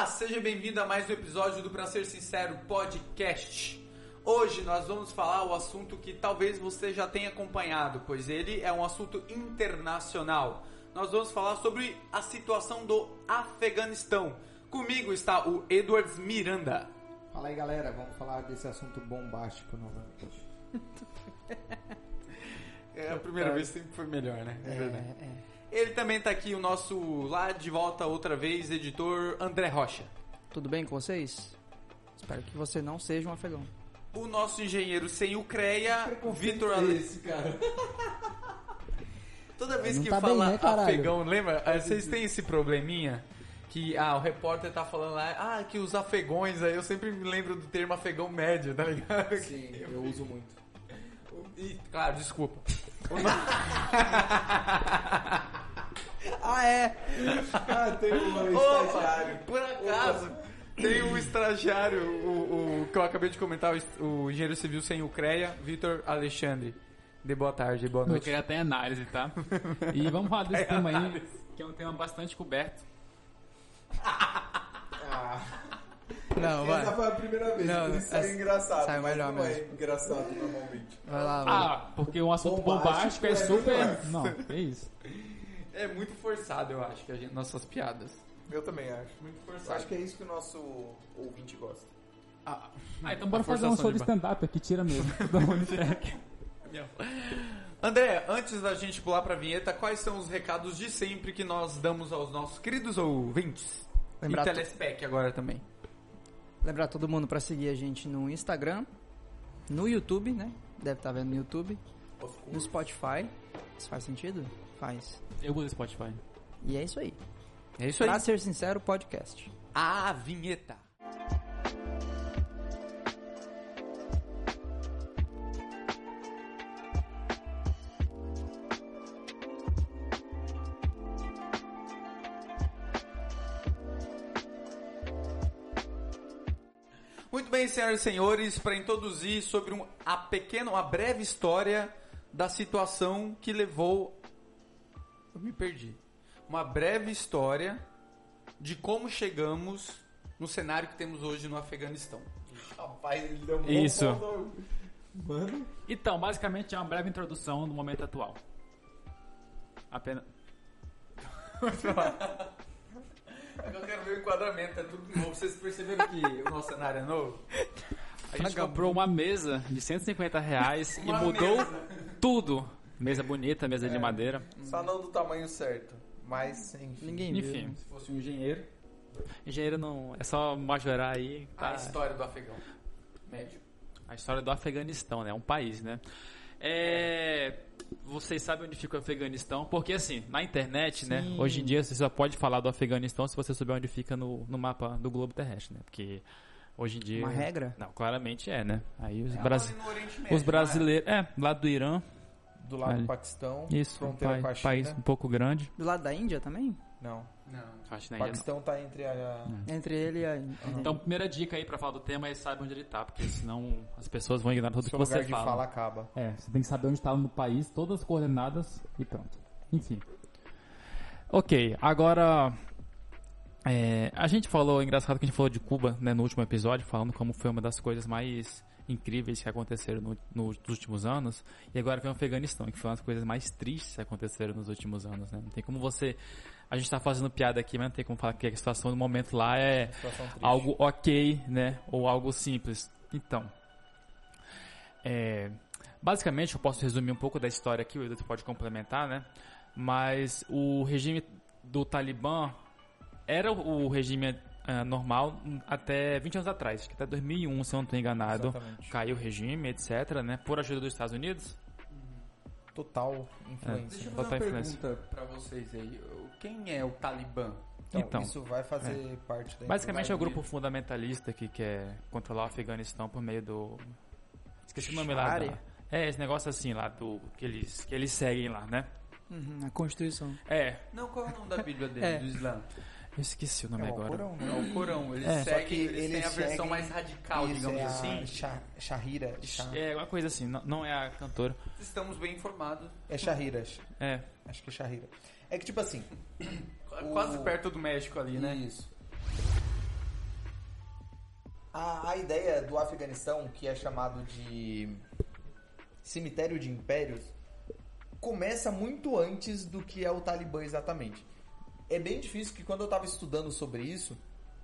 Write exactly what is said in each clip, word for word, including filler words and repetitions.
Olá, seja bem-vindo a mais um episódio do Pra Ser Sincero Podcast. Hoje nós vamos falar o assunto que talvez você já tenha acompanhado, pois ele é um assunto internacional. Nós vamos falar sobre a situação do Afeganistão. Comigo está o Edwards Miranda. Fala aí, galera, vamos falar desse assunto bombástico novamente. É, a primeira vez sempre foi melhor, né? É, é, é. Ele também está aqui, o nosso, lá de volta outra vez, editor André Rocha. Tudo bem com vocês? Espero que você não seja um afegão. O nosso engenheiro sem o CREA, o Vitor Esse cara. Toda vez Não que tá fala bem, né, caralho? afegão, lembra? Ah, vocês têm esse probleminha? Que ah, o repórter tá falando lá, ah, que os afegões, aí eu sempre me lembro do termo afegão médio, tá ligado? Sim, eu uso muito. E, claro, desculpa. Ah, é? Ah, tem um Opa, estagiário. por acaso, tem um estagiário, o, o que eu acabei de comentar, o, o engenheiro civil sem o CREA, Vitor Alexandre. De boa tarde, boa Eu noite. queria até análise, tá? E vamos falar desse tema aí, que é um tema bastante coberto. Ah, Não, vai. essa foi a primeira vez, Não, por isso essa- é engraçado. sai mas melhor não é mesmo. engraçado normalmente. Vai lá, vai. Ah, porque um assunto Bombástico bombástico é é super... melhor. Não, é isso. É muito forçado, eu acho, que a gente, nossas piadas. Eu também acho. Muito Eu forçado. acho que é isso que o nosso ouvinte gosta. Ah, Ah, então bora A fazer um forçação show de de stand-up aqui, tira mesmo. Todo mundo cheque. André, antes da gente pular pra vinheta, quais são os recados de sempre que nós damos aos nossos queridos ouvintes? Lembrar e to- Telespec agora também. Lembrar todo mundo pra seguir a gente no Instagram, no YouTube, né? Deve estar vendo no YouTube, no Spotify. Isso faz sentido? Faz. Eu uso Spotify. E é isso aí. É isso aí. Pra ser sincero, podcast. A vinheta. Muito bem, senhoras e senhores, para introduzir sobre um, a pequena, uma breve história da situação que levou... Eu me perdi. Uma breve história de como chegamos no cenário que temos hoje no Afeganistão. Rapaz, ele deu um Isso. bom ponto. Mano, Então, basicamente é uma breve introdução do momento atual. Apenas... Eu quero ver o enquadramento, é tudo novo. Vocês perceberam que o nosso cenário é novo? A gente comprou uma mesa de cento e cinquenta reais e Uma mudou mesa. tudo. Mesa bonita, mesa de madeira. só não do tamanho certo. Mas, enfim. Ninguém viu. Enfim, Se fosse um engenheiro, engenheiro não... É só majorar aí. a Tá. história do afegão médio. A história do Afeganistão, né? Um país, né? É... Vocês sabem onde fica o Afeganistão? Porque assim, na internet, né? Sim. Hoje em dia você só pode falar do Afeganistão se você souber onde fica no, no mapa do globo terrestre, né? Porque hoje em dia... Uma regra? Não, claramente é, né? Aí os, É brasi- ali no Oriente Médio, os brasileiros... É, lá do Irã. Do lado Ali. do Paquistão, Isso, um fronteira pai- com a China. país um pouco grande. Do lado da Índia também? Não, Não. Acho que o na Índia não. Paquistão tá entre a... Entre ele e a Índia. Então, primeira dica aí pra falar do tema é saiba onde ele tá, porque senão as pessoas vão ignorar tudo que Seu você lugar de fala. fala acaba. É, você tem que saber onde está no país, todas as coordenadas e pronto. Enfim. Ok, agora... é, a gente falou, engraçado que a gente falou de Cuba, né, no último episódio, falando como foi uma das coisas mais incríveis que aconteceram no, no- nos últimos anos. E agora vem o Afeganistão, que foi uma das coisas mais tristes que aconteceram nos últimos anos, né? Não tem como você... A gente tá fazendo piada aqui, mas não tem como falar que a situação no momento lá é Situação triste. algo ok, né? Ou algo simples. Então, é, basicamente eu posso resumir um pouco da história aqui, o Edu pode complementar, né? Mas o regime do Talibã era o o regime ah, normal até vinte anos atrás, acho que até dois mil e um, se eu não estou enganado, Exatamente. caiu o regime, etc, né? Por ajuda dos Estados Unidos. Total influência. Deixa eu Total fazer uma influência. pergunta pra vocês aí. Quem é o Talibã? Então, Então, isso vai fazer parte da Basicamente é o introdução. grupo fundamentalista que quer controlar o Afeganistão por meio do... Esqueci o nome lá. Sharia? Da... É, esse negócio assim lá, do que eles, que eles seguem lá, né? Uhum, a Constituição. É, Não, qual é o nome da Bíblia dele, É. do Islã? eu esqueci o nome É o agora. Corão, É né? o Corão. Eles É. seguem, Só que eles, têm eles a versão seguem- mais radical, Isso, digamos é a assim. Sha- Shahira. Shah- É, uma coisa assim, não, não é a cantora. Estamos bem informados. É Shahira. É, Acho que é Shahira. É que tipo assim. Quase perto do México ali, né? Isso. A, a ideia do Afeganistão, que é chamado de cemitério de impérios, começa muito antes do que é o Talibã exatamente. É bem difícil que quando eu estava estudando sobre isso,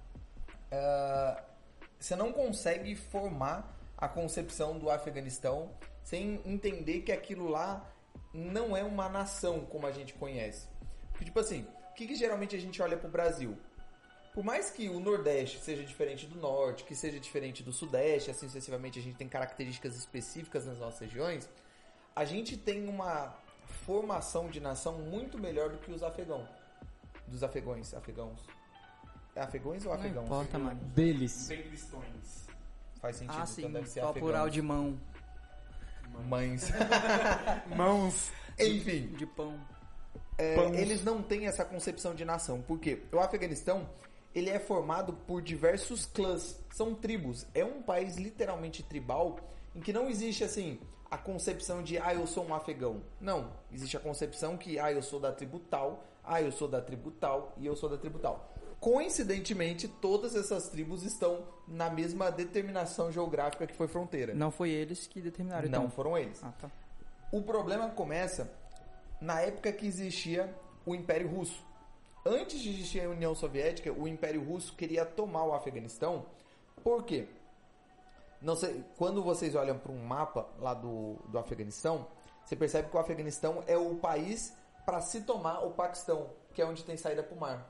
uh, você não consegue formar a concepção do Afeganistão sem entender que aquilo lá não é uma nação como a gente conhece. Porque, tipo assim, o que, que geralmente a gente olha pro Brasil? Por mais que o Nordeste seja diferente do Norte, que seja diferente do Sudeste, assim sucessivamente a gente tem características específicas nas nossas regiões, a gente tem uma formação de nação muito melhor do que os afegãos. Dos afegões, afegãos. É afegões ou afegãos? Não importa, mano. Deles. Bem cristões. Faz sentido, Ah, então sim, deve ser só afegãos. plural de mão, Mães. Mãos. Enfim, de pão. é, Pãos. eles não têm essa concepção de nação. Por quê? O Afeganistão, ele é formado por diversos clãs. São tribos. É um país literalmente tribal, em que não existe, assim, a concepção de, ah, eu sou um afegão. Não. Existe a concepção que, ah, eu sou da tribo tal, ah, eu sou da tribo tal e eu sou da tribo tal. Coincidentemente, todas essas tribos estão na mesma determinação geográfica que foi fronteira. Não foi eles que determinaram, Não então. foram eles. Ah, tá. O problema começa na época que existia o Império Russo. Antes de existir a União Soviética, o Império Russo queria tomar o Afeganistão. Por quê? Não sei, quando vocês olham para um mapa lá do, do Afeganistão, você percebe que o Afeganistão é o país para se tomar o Paquistão, que é onde tem saída para o mar.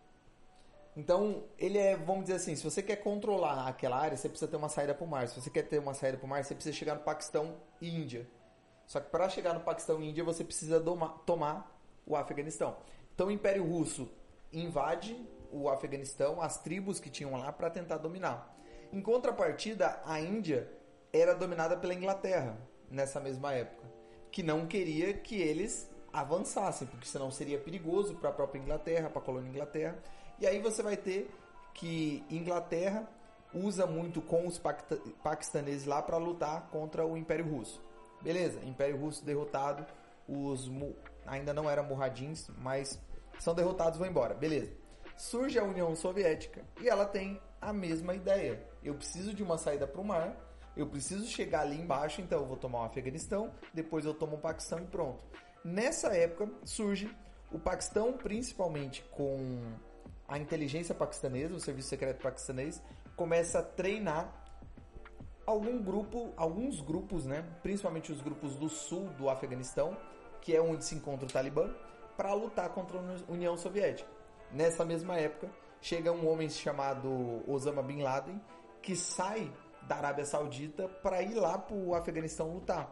Então, ele é, vamos dizer assim, se você quer controlar aquela área, você precisa ter uma saída para o mar. Se você quer ter uma saída para o mar, você precisa chegar no Paquistão e Índia. Só que para chegar no Paquistão e Índia, você precisa domar, tomar o Afeganistão. Então, o Império Russo invade o Afeganistão, as tribos que tinham lá, para tentar dominar. Em contrapartida, a Índia era dominada pela Inglaterra, nessa mesma época, que não queria que eles avançassem, porque senão seria perigoso para a própria Inglaterra, para a colônia Inglaterra. E aí você vai ter que Inglaterra usa muito com os paquistaneses lá para lutar contra o Império Russo. Beleza, Império Russo derrotado, os ainda não eram murradins, mas são derrotados e vão embora. Beleza. Surge a União Soviética e ela tem a mesma ideia. Eu preciso de uma saída para o mar, eu preciso chegar ali embaixo, então eu vou tomar o Afeganistão, depois eu tomo o Paquistão e pronto. Nessa época surge o Paquistão, principalmente com a inteligência paquistanesa, o serviço secreto paquistanês, começa a treinar algum grupo, alguns grupos, né, principalmente os grupos do sul do Afeganistão, que é onde se encontra o Talibã, para lutar contra a União Soviética. Nessa mesma época, chega um homem chamado Osama Bin Laden, que sai da Arábia Saudita para ir lá para o Afeganistão lutar.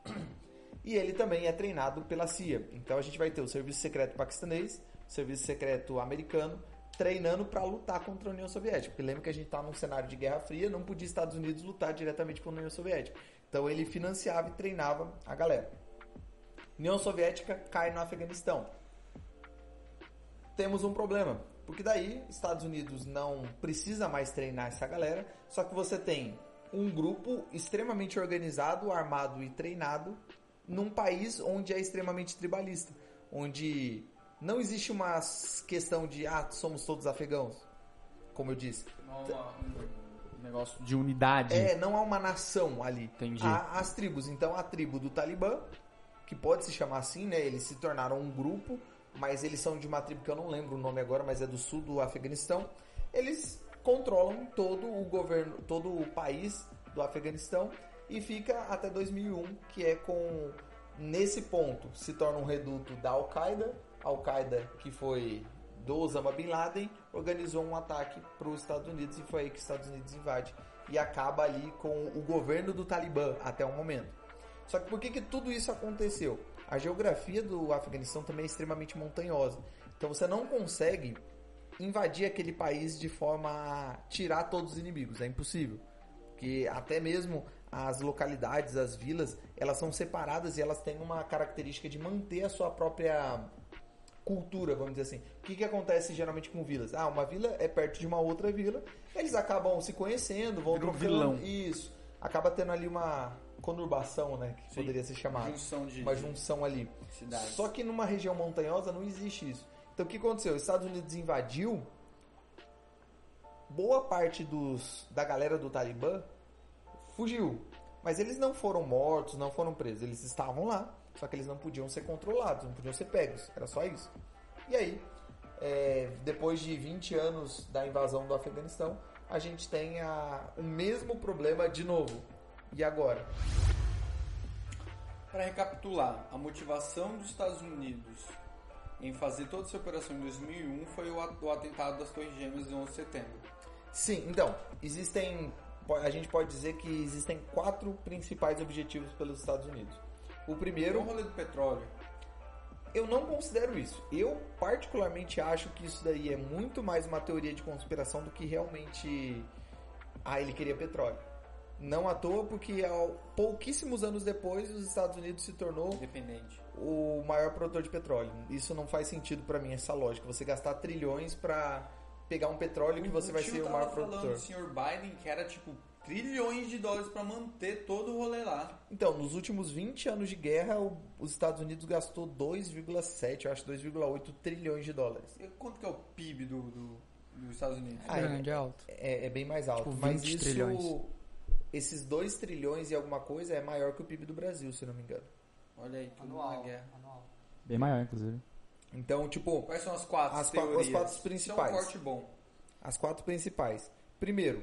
E ele também é treinado pela C I A. Então a gente vai ter o serviço secreto paquistanês, o serviço secreto americano, treinando para lutar contra a União Soviética. Porque lembra que a gente está num cenário de Guerra Fria, não podia Estados Unidos lutar diretamente com a União Soviética. Então ele financiava e treinava a galera. União Soviética cai no Afeganistão. Temos um problema, porque daí Estados Unidos não precisa mais treinar essa galera, só que você tem um grupo extremamente organizado, armado e treinado num país onde é extremamente tribalista, onde não existe uma questão de, ah, somos todos afegãos, como eu disse. Não há um negócio de unidade. É, não há uma nação ali. Entendi. Há as tribos. Então, a tribo do Talibã, que pode se chamar assim, né? Eles se tornaram um grupo, mas eles são de uma tribo que eu não lembro o nome agora, mas é do sul do Afeganistão. Eles controlam todo o governo, todo o país do Afeganistão e fica até dois mil e um, que é com, nesse ponto, se torna um reduto da Al-Qaeda. Al-Qaeda, que foi do Osama Bin Laden, organizou um ataque para os Estados Unidos e foi aí que os Estados Unidos invade e acaba ali com o governo do Talibã até o momento. Só que por que, que tudo isso aconteceu? A geografia do Afeganistão também é extremamente montanhosa. Então você não consegue invadir aquele país de forma a tirar todos os inimigos. É impossível. Porque até mesmo as localidades, as vilas, elas são separadas e elas têm uma característica de manter a sua própria cultura, vamos dizer assim. O que, que acontece geralmente com vilas? Ah, uma vila é perto de uma outra vila, eles acabam se conhecendo, vão Vira um trocando. vilão. Isso. Acaba tendo ali uma conurbação, né? Que Sim. poderia ser chamada. Junção de- uma junção ali. cidades. Só que numa região montanhosa não existe isso. Então o que aconteceu? Os Estados Unidos invadiu, boa parte dos, da galera do Talibã fugiu. Mas eles não foram mortos, não foram presos. Eles estavam lá, só que eles não podiam ser controlados, não podiam ser pegos. Era só isso. E aí, é, depois de vinte anos da invasão do Afeganistão, a gente tem a, o mesmo problema de novo. E agora? Para recapitular, a motivação dos Estados Unidos em fazer toda essa operação em dois mil e um foi o atentado das Torres Gêmeas de onze de setembro. Sim, então, existem, a gente pode dizer que existem quatro principais objetivos pelos Estados Unidos. O primeiro... O rolê do petróleo. Eu não considero isso. Eu particularmente acho que isso daí é muito mais uma teoria de conspiração do que realmente... Ah, ele queria petróleo. Não à toa, porque ao, pouquíssimos anos depois os Estados Unidos se tornou independente, o maior produtor de petróleo. Isso não faz sentido pra mim, essa lógica. Você gastar trilhões pra pegar um petróleo que você vai ser o maior produtor. Falando do senhor Biden que era tipo trilhões de dólares pra manter todo o rolê lá. Então, nos últimos vinte anos de guerra, o, os Estados Unidos gastou dois vírgula sete, eu acho dois vírgula oito trilhões de dólares. E quanto que é o P I B do, do, dos Estados Unidos? Ah, grande, é alto. É, é bem mais alto. Tipo, mas vinte isso... trilhões. Esses dois trilhões e alguma coisa é maior que o P I B do Brasil, se não me engano. Olha aí, tudo na guerra. Anual. Bem maior, inclusive. Então, tipo... Quais são as quatro as, teorias? As quatro principais. Isso é um corte bom. As quatro principais. Primeiro,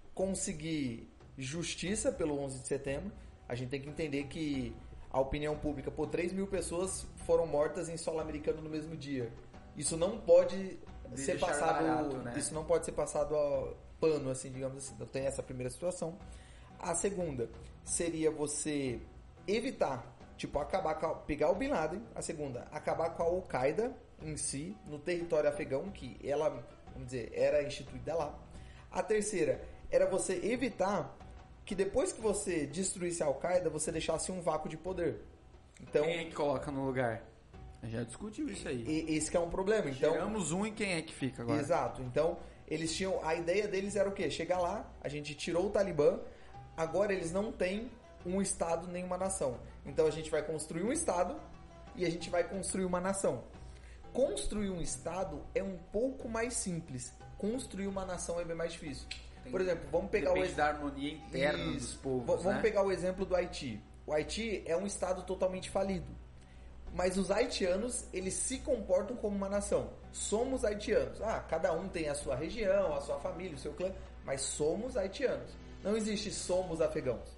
conseguir justiça pelo onze de setembro. A gente tem que entender que a opinião pública... Pô, três mil pessoas foram mortas em solo americano no mesmo dia. Isso não pode De ser deixar passado... barato, né? Isso não pode ser passado a pano, assim, digamos assim. Então tem essa primeira situação. A segunda seria você evitar, tipo, acabar com a, pegar o Bin Laden. A segunda, acabar com a Al-Qaeda em si, no território afegão, que ela, vamos dizer, era instituída lá. A terceira era você evitar que depois que você destruísse a Al-Qaeda, você deixasse um vácuo de poder. Então, quem é que coloca no lugar? Já discutiu isso aí. E, esse que é um problema. Então, tiramos um e quem é que fica agora? Exato. Então, eles tinham... A ideia deles era o quê? Chegar lá, a gente tirou o Talibã, agora eles não têm um Estado nem uma nação. Então a gente vai construir um Estado e a gente vai construir uma nação. Construir um Estado é um pouco mais simples. Construir uma nação é bem mais difícil. Tem, Por exemplo, vamos pegar depende o da harmonia interna Isso. dos povos, V- Vamos né? pegar o exemplo do Haiti. O Haiti é um Estado totalmente falido. Mas os haitianos, eles se comportam como uma nação. Somos haitianos. Ah, cada um tem a sua região, a sua família, o seu clã. Mas somos haitianos. Não existe somos afegãos.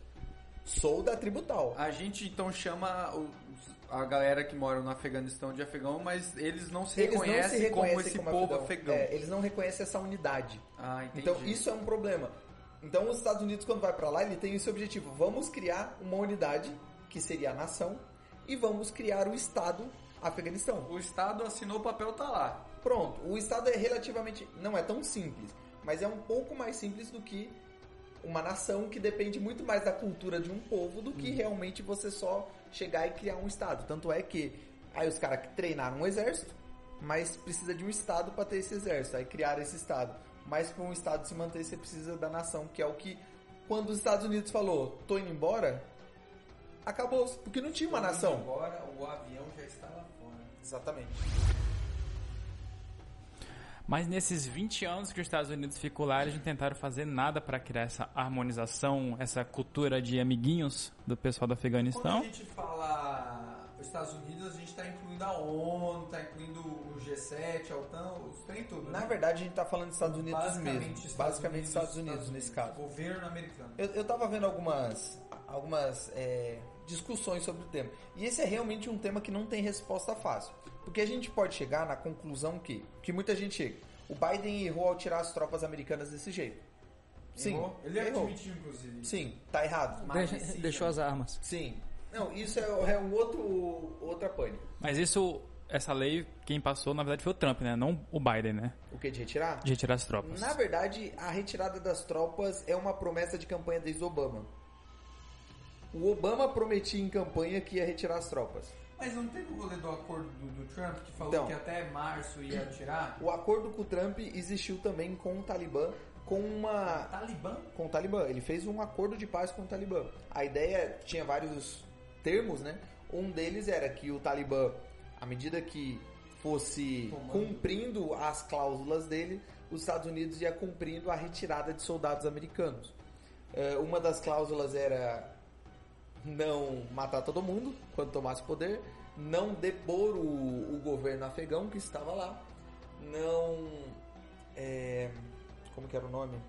Sou da tribo tal. A gente então chama o- a galera que mora no Afeganistão de afegão, mas eles não se Eles não reconhecem se reconhecem como esse como povo afegão. afegão. É, eles não reconhecem essa unidade. Ah, entendi. Então isso é um problema. Então os Estados Unidos, quando vai pra lá, ele tem esse objetivo. Vamos criar uma unidade, que seria a nação, e vamos criar o Estado Afeganistão. O Estado assinou o papel, tá lá. Pronto, o Estado é relativamente... Não é tão simples, mas é um pouco mais simples do que uma nação que depende muito mais da cultura de um povo do que realmente você só chegar e criar um Estado. Tanto é que aí os caras treinaram um exército, mas precisa de um Estado para ter esse exército. Aí criaram esse Estado. Mas para um Estado se manter, você precisa da nação, que é o que... Quando os Estados Unidos falou, tô indo embora, acabou, porque não tinha uma nação. Agora o avião já está lá fora. Exatamente. Mas nesses vinte anos que os Estados Unidos ficou lá, eles não tentaram fazer nada para criar essa harmonização, essa cultura de amiguinhos do pessoal do Afeganistão. Quando a gente fala os Estados Unidos, a gente está incluindo a ONU, está incluindo o G sete, a OTAN, os trem tudo, Na né? verdade, a gente tá falando dos Estados Unidos Basicamente, mesmo. Estados Basicamente Unidos, Estados Unidos, Estados nesse Unidos, caso. Governo americano. Eu, eu tava vendo algumas, algumas é, discussões sobre o tema. E esse é realmente um tema que não tem resposta fácil. Porque a gente pode chegar na conclusão que, que muita gente chega. O Biden errou ao tirar as tropas americanas desse jeito. Sim, Errou? Ele errou. admitiu, inclusive. Sim, tá errado. Mas Deixa- esse- deixou as armas. Sim. Não, isso é, é um outro, outra pane. Mas isso, essa lei, quem passou, na verdade, foi o Trump, né? Não o Biden, né? O que, de retirar? De retirar as tropas. Na verdade, a retirada das tropas é uma promessa de campanha desde Obama. O Obama prometia em campanha que ia retirar as tropas. Mas não teve o rolê do acordo do, do Trump que falou Então. que até março ia tirar? O acordo com o Trump existiu também com o Talibã, com uma... Talibã? com o Talibã. Ele fez um acordo de paz com o Talibã. A ideia tinha vários termos, né? Um deles era que o Talibã, à medida que fosse Comando. cumprindo as cláusulas dele, os Estados Unidos ia cumprindo a retirada de soldados americanos. É, uma das cláusulas era não matar todo mundo quando tomasse o poder, não depor o, o governo afegão que estava lá, não... É, como que era o nome?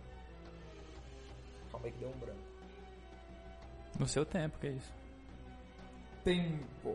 Calma aí que deu um branco. No seu tempo, que é isso? Tempo.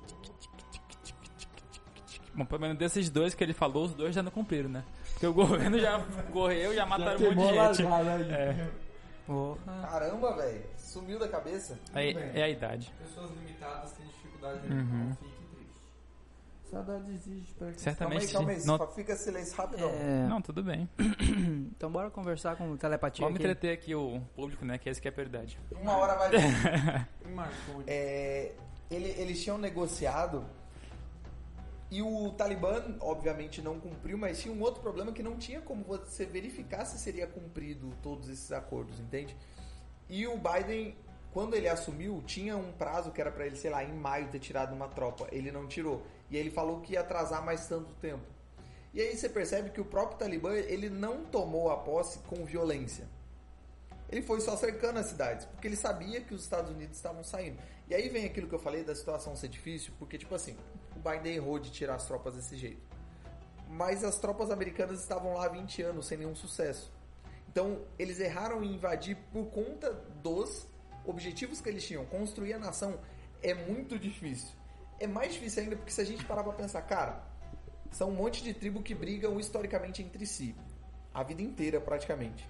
Bom, pelo menos desses dois que ele falou, os dois já não cumpriram, né? Porque o governo já correu, já mataram um monte de gente. É. Porra. Caramba, velho. Sumiu da cabeça. É, é a idade. Pessoas limitadas têm dificuldade de Uhum. fique triste. Saudade existe pra que Certamente. Calma aí, calma aí. Não, Só fica silêncio rapidão. É, não, tudo bem. então bora conversar com telepatia Vamos aqui. entreter aqui o público, né? Que esse que é a prioridade. Uma hora vai... Marcou. É, ele, eles tinham negociado e o Talibã, obviamente, não cumpriu, mas tinha um outro problema que não tinha como você verificar se seria cumprido todos esses acordos, entende? E o Biden, quando ele assumiu, tinha um prazo que era pra ele, sei lá, em maio ter tirado uma tropa. Ele não tirou. E ele falou que ia atrasar mais tanto tempo. E aí você percebe que o próprio Talibã, ele não tomou a posse com violência. Ele foi só cercando as cidades, porque ele sabia que os Estados Unidos estavam saindo. E aí vem aquilo que eu falei da situação ser difícil, porque, tipo assim, o Biden errou de tirar as tropas desse jeito. Mas as tropas americanas estavam lá há vinte anos, sem nenhum sucesso. Então, eles erraram em invadir por conta dos objetivos que eles tinham. Construir a nação é muito difícil. É mais difícil ainda porque se a gente parar pra pensar, cara, são um monte de tribos que brigam historicamente entre si. A vida inteira, praticamente.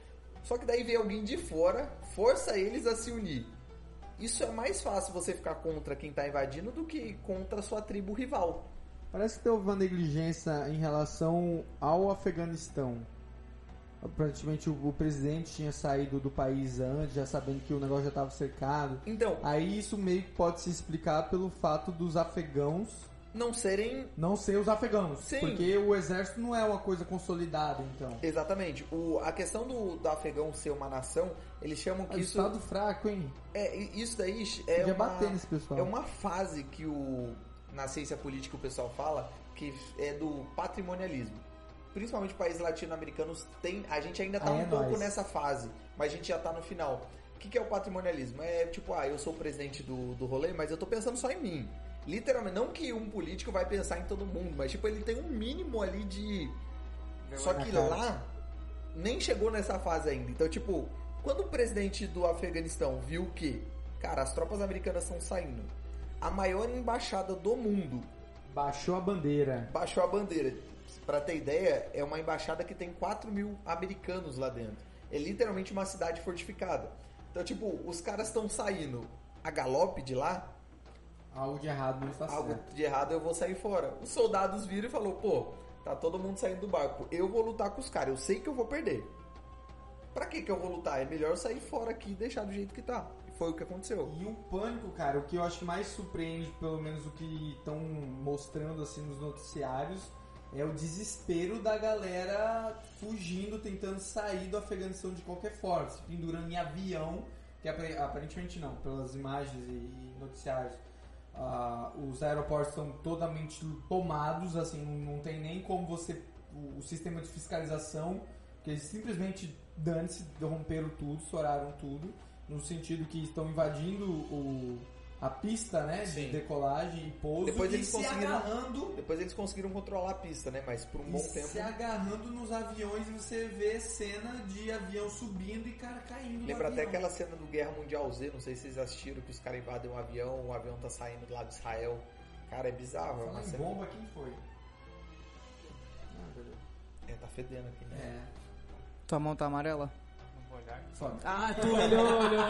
Só que daí vem alguém de fora, força eles a se unir. Isso é mais fácil você ficar contra quem está invadindo do que contra a sua tribo rival. Parece que houve uma negligência em relação ao Afeganistão. Aparentemente o, o presidente tinha saído do país antes, já sabendo que o negócio já estava cercado. Então, Aí isso meio que pode se explicar pelo fato dos afegãos não serem... não ser os afegãos. Sim. Porque o exército não é uma coisa consolidada, então. Exatamente. O, a questão do, do afegão ser uma nação, eles chamam que Mas isso... Estado fraco, hein? É, isso daí é Podia uma, bater nesse pessoal. é uma fase que o, na ciência política o pessoal fala, que é do patrimonialismo. Principalmente países latino-americanos, tem, a gente ainda tá Ah, um é pouco nóis. nessa fase, mas a gente já tá no final. O que, que é o patrimonialismo? É tipo, ah, eu sou o presidente do, do rolê, mas eu tô pensando só em mim. Literalmente, não que um político vai pensar em todo mundo, mas tipo, ele tem um mínimo ali de... Só que lá, nem chegou nessa fase ainda. Então, tipo, quando o presidente do Afeganistão viu que, cara, as tropas americanas estão saindo, a maior embaixada do mundo Baixou a bandeira. baixou a bandeira. Pra ter ideia, é uma embaixada que tem quatro mil americanos lá dentro. É literalmente uma cidade fortificada. Então, tipo, os caras estão saindo a galope de lá, Algo de errado não está algo certo. de errado eu vou sair fora. Os soldados viram e falou, pô, tá todo mundo saindo do barco. Eu vou lutar com os caras, eu sei que eu vou perder. Pra que que eu vou lutar? É melhor eu sair fora aqui e deixar do jeito que tá. E foi o que aconteceu. E o pânico, cara, o que eu acho que mais surpreende, pelo menos o que estão mostrando assim nos noticiários, é o desespero da galera fugindo, tentando sair do Afeganistão de qualquer forma, se pendurando em avião, que apare- aparentemente não, pelas imagens e noticiários. Ah, os aeroportos estão totalmente tomados, assim, não, não tem nem como você... O, o sistema de fiscalização, que eles simplesmente, dane-se, romperam tudo, estouraram tudo, no sentido que estão invadindo o, a pista, né, de Sim. decolagem e pouso, Depois e eles se conseguiram- agarrando... Depois eles conseguiram controlar a pista, né? Mas por um E bom se tempo... agarrando nos aviões e você vê cena de avião subindo e cara caindo Lembra no até avião. aquela cena do Guerra Mundial Z, não sei se vocês assistiram, que os caras invadem um avião, o avião tá saindo do lado de Israel. Cara, é bizarro. É, uma Fala em cena... bomba, quem foi? Ah, beleza. é tá fedendo aqui, né? É. Tua mão tá amarela? Não vou olhar. Sobe. Ah, tu olhou, olhou.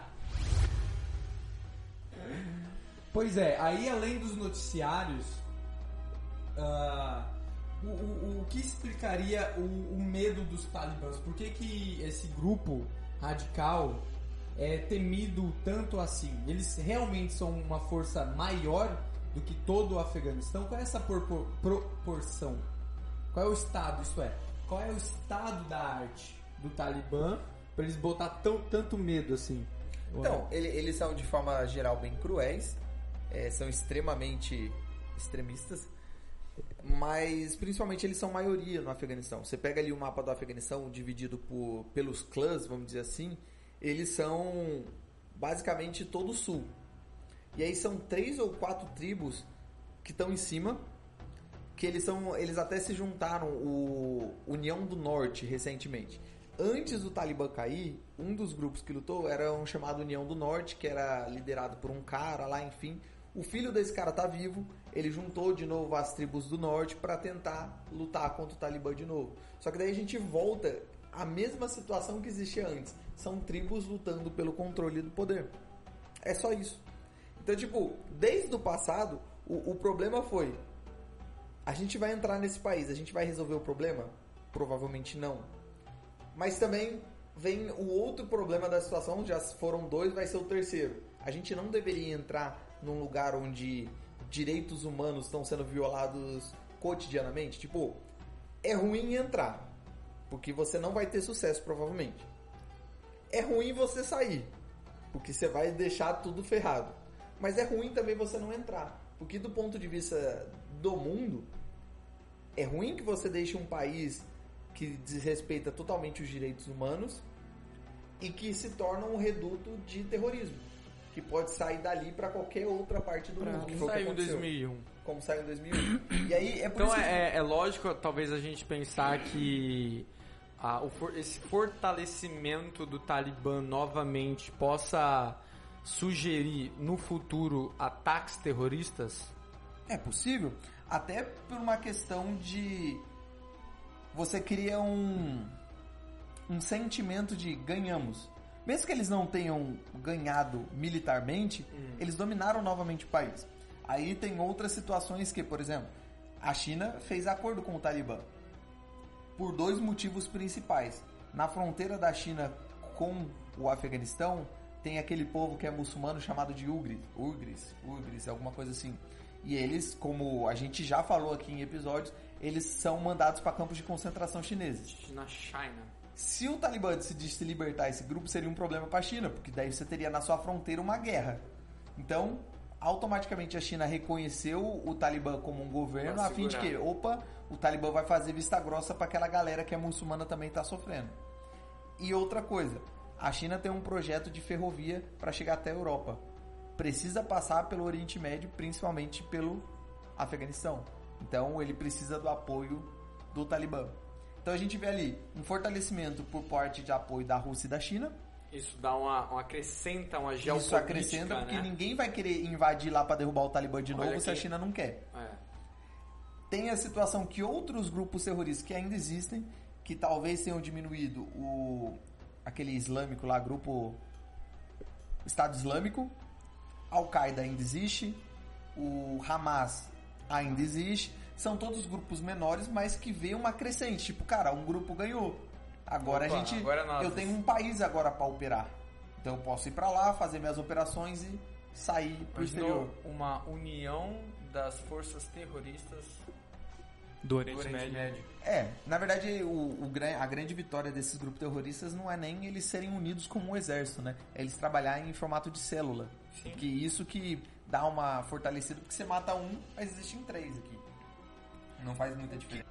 Pois é, aí além dos noticiários, ah, o, o, o que explicaria o, o medo dos talibãs? Por que, que esse grupo radical é temido tanto assim? Eles realmente são uma força maior do que todo o Afeganistão? Qual é essa propor- proporção? Qual é o estado, isto é, qual é o estado da arte do Talibã para eles botar tão, tanto medo assim? Então, ele- eles são de forma geral bem cruéis, é, são extremamente extremistas. mas principalmente eles são maioria no Afeganistão. Você pega ali o mapa do Afeganistão dividido por, pelos clãs, vamos dizer assim, eles são basicamente todo o sul. E aí são três ou quatro tribos que estão em cima, que eles são, eles até se juntaram, o União do Norte, recentemente. Antes do Talibã cair, um dos grupos que lutou era um chamado União do Norte, que era liderado por um cara lá, enfim. O filho desse cara tá vivo, ele juntou de novo as tribos do Norte para tentar lutar contra o Talibã de novo. Só que daí a gente volta à mesma situação que existia antes. São tribos lutando pelo controle do poder. É só isso. Então, tipo, desde o passado, o, o problema foi... A gente vai entrar nesse país, a gente vai resolver o problema? Provavelmente não. Mas também vem o outro problema da situação, já foram dois, vai ser o terceiro. A gente não deveria entrar num lugar onde direitos humanos estão sendo violados cotidianamente. Tipo, é ruim entrar, porque você não vai ter sucesso provavelmente. É ruim você sair, porque você vai deixar tudo ferrado. Mas é ruim também você não entrar, porque do ponto de vista do mundo, é ruim que você deixe um país que desrespeita totalmente os direitos humanos e que se torna um reduto de terrorismo, que pode sair dali para qualquer outra parte do pra mundo. Como saiu em dois mil e um. Como saiu em dois mil e um. E aí é por então isso que... é, é lógico, talvez a gente pensar que a, o for, esse fortalecimento do Talibã novamente possa sugerir no futuro ataques terroristas? É possível, até por uma questão de você cria um um sentimento de ganhamos. Mesmo que eles não tenham ganhado militarmente, hum. eles dominaram novamente o país. Aí tem outras situações que, por exemplo, a China fez acordo com o Talibã por dois motivos principais. Na fronteira da China com o Afeganistão, tem aquele povo que é muçulmano chamado de Ugris, Ugris, Ugris, alguma coisa assim. E eles, como a gente já falou aqui em episódios, eles são mandados para campos de concentração chineses. Na China. Se o Talibã decidisse se libertar esse grupo, seria um problema para a China, porque daí você teria na sua fronteira uma guerra. Então, automaticamente a China reconheceu o Talibã como um governo, a fim de que, opa, o Talibã vai fazer vista grossa para aquela galera que é muçulmana também está sofrendo. E outra coisa, a China tem um projeto de ferrovia para chegar até a Europa. Precisa passar pelo Oriente Médio, principalmente pelo Afeganistão. Então, ele precisa do apoio do Talibã. Então, a gente vê ali um fortalecimento por parte de apoio da Rússia e da China. Isso dá uma, uma acrescenta, uma geopolítica, Isso acrescenta, porque né? ninguém vai querer invadir lá para derrubar o Talibã de novo se a China não quer. É. Tem a situação que outros grupos terroristas que ainda existem, que talvez tenham diminuído, o aquele islâmico lá, grupo Estado Islâmico, Al-Qaeda ainda existe, o Hamas ainda existe, são todos grupos menores, mas que vê uma crescente, tipo, cara, um grupo ganhou, agora Opa, a gente, agora nós... eu tenho um país agora para operar, então eu posso ir para lá, fazer minhas operações e sair pro exterior. Uma união das forças terroristas do Oriente, do Oriente Médio. Médio. É, na verdade, o, o, a grande vitória desses grupos terroristas não é nem eles serem unidos como um exército, né? É eles trabalharem em formato de célula. Sim. Porque isso que dá uma fortalecida, porque você mata um, mas existem três aqui. Não faz muita diferença.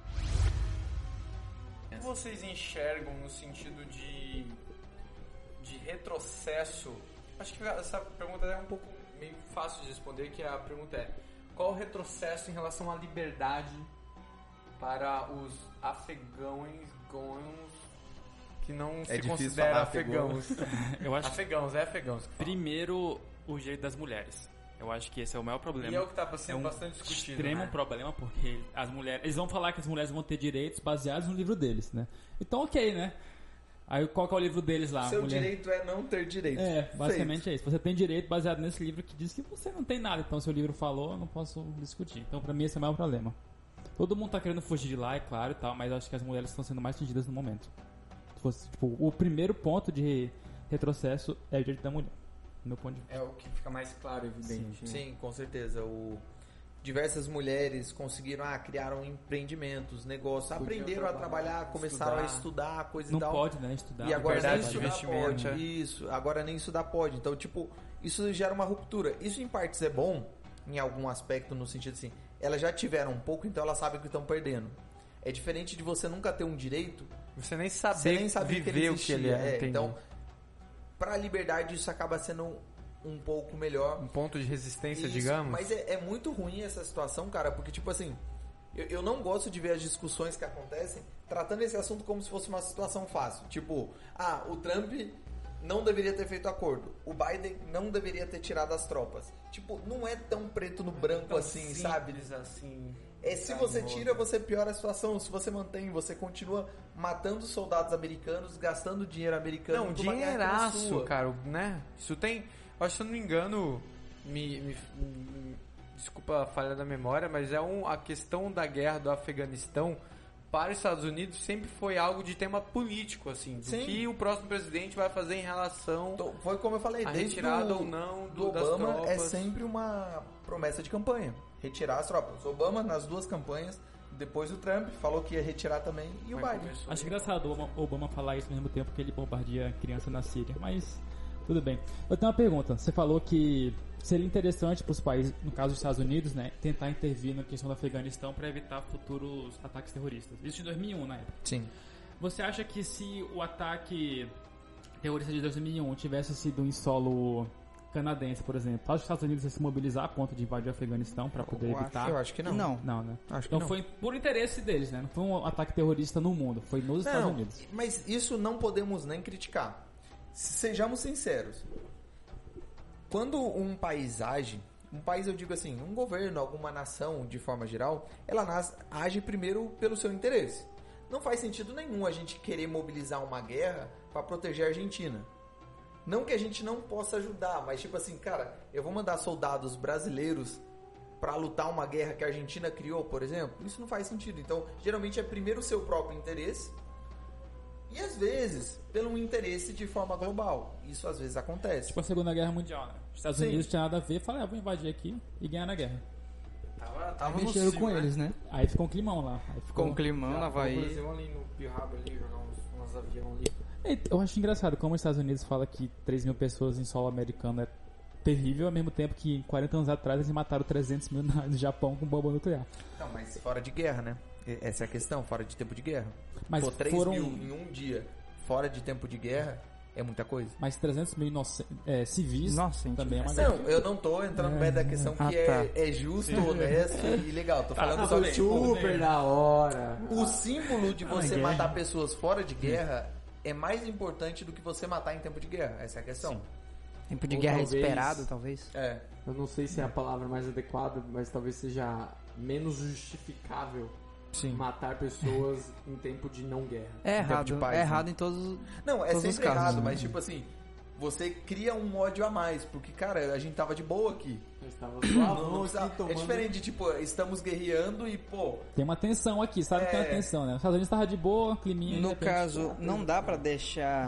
O que vocês enxergam no sentido de, de retrocesso? Acho que essa pergunta é um pouco meio fácil de responder, que a pergunta é: qual o retrocesso em relação à liberdade para os afegãos gons, que não é se consideram afegãos? Eu acho afegãos, é afegãos. Primeiro, o direito das mulheres. Eu acho que esse é o maior problema. E é o que está sendo é um bastante discutido. Extremo né? problema, porque as mulheres, eles vão falar que as mulheres vão ter direitos baseados no livro deles, né? Então, ok, né? Aí qual que é o livro deles lá? Seu mulher... direito é não ter direito. É, basicamente Feito. é isso. Você tem direito baseado nesse livro que diz que você não tem nada. Então, se o livro falou, eu não posso discutir. Então, pra mim, esse é o maior problema. Todo mundo tá querendo fugir de lá, é claro e tal, mas eu acho que as mulheres estão sendo mais atingidas no momento. Se fosse, tipo, o primeiro ponto de retrocesso é o direito da mulher, do meu ponto de vista. É o que fica mais claro, evidente. Sim, né? Sim, com certeza. O... Diversas mulheres conseguiram, ah, criaram empreendimentos, negócios, Podiam aprenderam a trabalhar, começaram estudar. a estudar, coisa não e tal. Não pode, né, estudar. E agora nem estudar investimento, pode. É. Isso, agora nem estudar pode. Então, tipo, isso gera uma ruptura. Isso em partes é bom, em algum aspecto, no sentido assim, elas já tiveram um pouco, então elas sabem que estão perdendo. É diferente de você nunca ter um direito, Você nem saber você nem sabe viver que ele o que ele é. entendi. Então, pra liberdade isso acaba sendo um pouco melhor. Um ponto de resistência, Isso, digamos. Mas é, é muito ruim essa situação, cara, porque, tipo assim, eu, eu não gosto de ver as discussões que acontecem tratando esse assunto como se fosse uma situação fácil. Tipo, ah, o Trump não deveria ter feito acordo, o Biden não deveria ter tirado as tropas. Tipo, não é tão preto no branco assim, sabe? assim. É, se você tira, você piora a situação. Se você mantém, você continua matando soldados americanos, gastando dinheiro americano. Não, numa guerra que não é dinheiraço, sua. cara, né? Isso tem... Eu acho que, se eu não me engano, me, me- me- desculpa a falha da memória, mas é um, a questão da guerra do Afeganistão para os Estados Unidos sempre foi algo de tema político, assim, do Sim. que o próximo presidente vai fazer em relação Então, foi como eu falei, à desde retirada do, ou não do do, das Obama tropas. é sempre uma promessa de campanha. Retirar as tropas. O Obama, nas duas campanhas, depois o Trump, falou que ia retirar também, e o Mas Biden. começou- Acho engraçado o Obama, Obama falar isso ao mesmo tempo que ele bombardeia criança na Síria, mas tudo bem. Eu tenho uma pergunta. Você falou que seria interessante para os países, no caso dos Estados Unidos, né, tentar intervir na questão do Afeganistão para evitar futuros ataques terroristas. Isso em dois mil e um, na época. Sim. Você acha que se o ataque terrorista de dois mil e um tivesse sido em solo canadense, por exemplo, os Estados Unidos iam se mobilizar a ponto de invadir o Afeganistão para poder Eu evitar? Eu acho que não. Não. Não, né? Acho que Então não. foi por interesse deles, né? Não foi um ataque terrorista no mundo, foi nos Estados Não, Unidos. mas isso não podemos nem criticar. Sejamos sinceros. Quando um país age, um país eu digo assim, um governo, alguma nação de forma geral, ela nas- age primeiro pelo seu interesse. Não faz sentido nenhum a gente querer mobilizar uma guerra para proteger a Argentina. Não que a gente não possa ajudar, mas tipo assim, cara, eu vou mandar soldados brasileiros para lutar uma guerra que a Argentina criou, por exemplo. Isso não faz sentido. Então, geralmente é primeiro o seu próprio interesse e às vezes pelo interesse de forma global. Isso às vezes acontece. Tipo a Segunda Guerra Mundial, né? Os Estados Sim. Unidos tinha nada a ver, falaram, ah, vou invadir aqui e ganhar na guerra. Tava, Aí tava no mexeram cio, com né? eles, né? Aí ficou um climão lá. Aí Com ficou... o climão na Por Havaí. exemplo, ali no Pirraba ali, jogar uns, uns aviões ali. É, eu acho engraçado como os Estados Unidos fala que três mil pessoas em solo americano é terrível, ao mesmo tempo que quarenta anos atrás eles mataram trezentos mil no Japão com bomba nuclear. Não, mas fora de guerra, né? E- Essa é a questão, fora de tempo de guerra. Mas Pô, três foram... mil em um dia fora de tempo de guerra é muita coisa. Mas trezentos mil inocen- é, civis Nossa, gente. também é uma Não, guerra. eu não tô entrando no meio da questão que Ah, é, tá. é justo, honesto e legal. Tô falando Ah, só tudo de bem. tipo, Super da hora. o símbolo de você guerra. matar pessoas fora de guerra é mais importante do que você matar em tempo de guerra. Essa é a questão. Tempo de Ou guerra talvez- esperado, talvez. É. Eu não sei se é a palavra mais adequada, mas talvez seja menos justificável Sim. matar pessoas em tempo de não guerra. É tempo errado. de paz, é né? errado em todos os... Não, é Todos os sempre casos, errado, né? mas tipo assim, você cria um ódio a mais, porque, cara, a gente tava de boa aqui. Eu estava Não, suavão não precisa- aqui tomando... É diferente, tipo, estamos guerreando e, pô, Tem uma tensão aqui, sabe que tem uma É. tensão, né? Os Estados Unidos tava de boa, climinha. de No repente- caso, não dá pra deixar